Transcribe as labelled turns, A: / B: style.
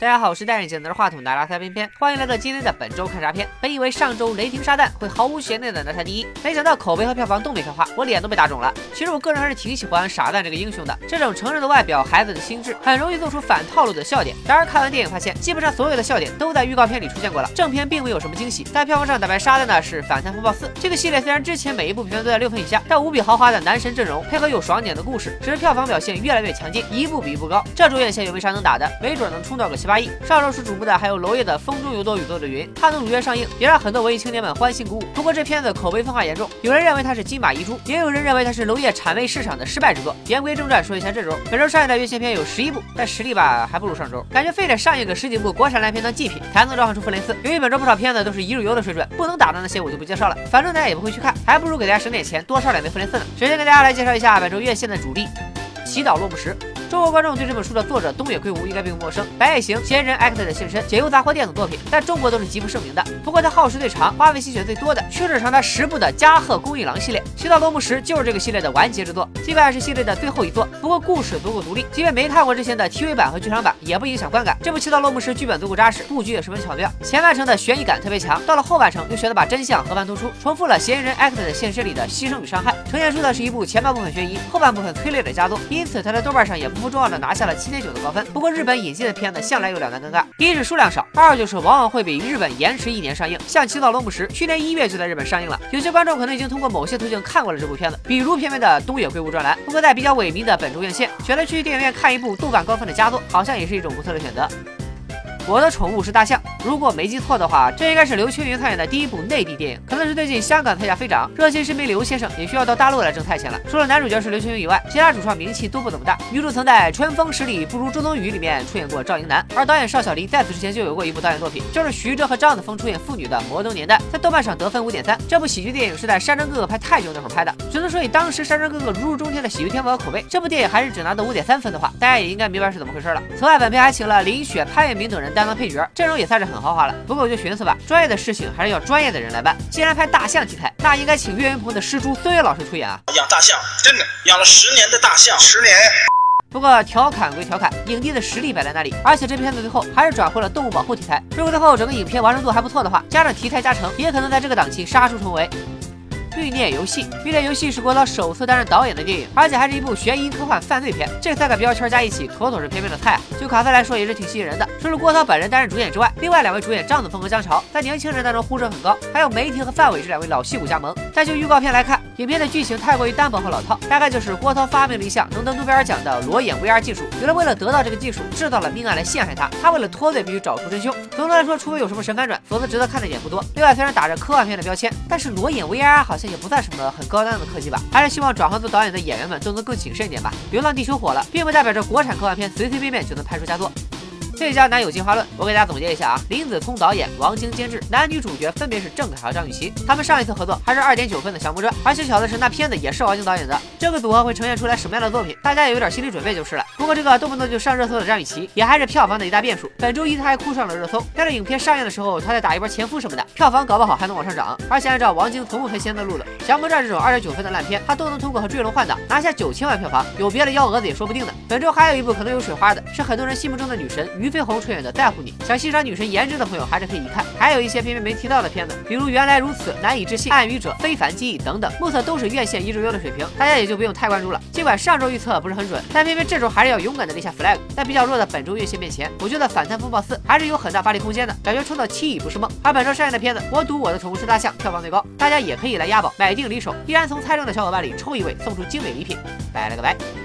A: 大家好，我是戴眼镜拿着话筒的阿拉塞偏偏，欢迎来到今天的本周看啥片。本以为上周雷霆沙弹会毫无悬念的拿下第一，没想到口碑和票房都没开花，我脸都被打肿了。其实我个人还是挺喜欢傻蛋这个英雄的，这种成人的外表，孩子的心智，很容易做出反套路的笑点。然而看完电影发现，基本上所有的笑点都在预告片里出现过了，正片并没有什么惊喜。在票房上打败沙蛋的是《反贪风暴4》。这个系列虽然之前每一部评分都在6分以下，但无比豪华的男神阵容配合有爽点的故事，使得票房表现越来越强劲，一部比一部高。这周院线又没啥能打的，没准能冲到个7、8亿。上周是瞩目的还有娄烨的《风中有朵雨做的云》，它能如约上映，也让很多文艺青年们欢欣鼓舞。不过这片子口碑分化严重，有人认为它是金马遗珠，也有人认为它是娄烨铲位市场的失败之作。言归正传，说一下这周本周上映的院线片有11部，但实力吧还不如上周，感觉非得上映个10几部国产烂片当祭品，才能召唤出复联4。由于本周不少片子都是一日游的水准，不能打的那些我就不介绍了，反正大家也不会去看，还不如给大家省点钱，多上2枚复联4呢。首先给大家来介绍一下本周院线的主力《祈祷落幕时》。中国观众对这本书的作者东野圭吾应该并不陌生，《白夜行》、《嫌疑人 X 的现身》、《解忧杂货店》等作品在中国都是极负盛名的。不过他耗时最长、花费心血最多的却是长达10部的加贺恭一郎系列，《祈祷落幕时》就是这个系列的完结之作，尽管是系列的最后一作，不过故事足够独立，即便没看过之前的 TV 版和剧场版，也不影响观感。这部《祈祷落幕时》剧本足够扎实，布局也十分巧妙，前半程的悬疑感特别强，到了后半程又选择把真相和盘突出，重复了《嫌疑人 X 的现身》里的牺牲与伤害，呈现出的是一部前半部分悬疑、后半部分催泪的佳作，因此他在豆瓣上也不负众望的拿下了7.9的高分。不过日本引进的片子向来有两难尴尬，一是数量少，二就是往往会比日本延迟1年上映。像《祈祷落幕时》去年1月就在日本上映了，有些观众可能已经通过某些途径看过了这部片子，比如片尾的东野圭吾专栏。不过在比较萎靡的本周院线，选择去电影院看一部豆瓣高分的佳作，好像也是一种不错的选择。我的宠物是大象，如果没记错的话，这应该是刘青云参演的第一部内地电影。可能是最近香港菜价飞涨，热心市民刘先生也需要到大陆来挣菜钱了。除了男主角是刘青云以外，其他主创名气都不怎么大。女主曾在《春风十里不如周冬雨》里面出演过赵英男，而导演邵小黎在此之前就有过一部导演作品，就是徐峥和张子枫出演父女的《摩登年代》，在豆瓣上得分5.3。这部喜剧电影是在《山珍哥哥》拍太久那会儿拍的，只能说以当时《山珍哥哥》如日中天的喜剧天赋和口碑，这部电影还是只拿到5.3分的话，大家也应该明白是怎么回事了。此外，本片还请了林雪、潘粤明等人担当配角，阵容也算是很豪华了。不过我就寻思吧，专业的事情还是要专业的人来办。既然拍大象题材，那应该请岳云鹏的师叔孙越老师出演啊。
B: 养大象，真的养了10年的大象，10年。
A: 不过调侃归调侃，影帝的实力摆在那里，而且这片子最后还是转回了动物保护题材。如果最后整个影片完成度还不错的话，加上题材加成，也可能在这个档期杀出重围。欲念游戏，欲念游戏是郭涛首次担任导演的电影，而且还是一部悬疑科幻犯罪片，这3个标签加一起，妥妥是片片的菜啊！就卡斯来说也是挺吸引人的。除了郭涛本人担任主演之外，另外2位主演张子枫和姜潮在年轻人当中呼声很高，还有梅婷和范伟这2位老戏骨加盟。再就预告片来看，影片的剧情太过于单薄和老套，大概就是郭涛发明了一项能得诺贝尔奖的裸眼 VR 技术，有人为了得到这个技术制造了命案来陷害他，他为了脱罪必须找出真凶。总的来说，除非有什么神反转，否则值得看的点不多。另外，虽然打着科幻片的标签，但是裸眼 VR 好像也不算什么很高端的科技吧，还是希望转行做导演的演员们都能更谨慎一点吧。流浪地球火了，并不代表着国产科幻片随随便便就能拍出佳作。最佳男友进化论，我给大家总结一下啊。林子聪导演，王晶监制，男女主角分别是郑恺和张雨绮。他们上一次合作还是2.9分的降魔者，而且巧的是那片子也是王晶导演的。这个组合会呈现出来什么样的作品，大家也有点心理准备就是了。不过这个动不动就上热搜的张雨绮，也还是票房的一大变数。本周一她还哭上了热搜，但是影片上映的时候，她再打一波前夫什么的，票房搞不好还能往上涨。而且按照王晶从不赔钱的路子，降魔战这种2.9分的烂片，他都能通过和坠龙换挡拿下9000万票房，有别的幺蛾子也说不定呢。本周还有一部可能有水花的，是很多人心目中的女神俞飞鸿出演的《在乎你》，想欣赏女神颜值的朋友还是可以一看。还有一些偏偏没提到的片子，比如《原来如此》、难以置信、暗语者、非凡记忆等等，目测都是院线一日游的水平，大家也就不用太关注了。尽管上周预测不是很准，但偏偏这周还是要勇敢的立下 flag。在比较弱的本周院线面前，我觉得《反贪风暴4》还是有很大发力空间的，感觉冲到7亿不是梦。而本周上映的片子，我赌我的宠物是大象票房最高，大家也可以来押宝，买定离手，依然从猜中的小伙伴里抽一位送出精美礼品。拜了个拜。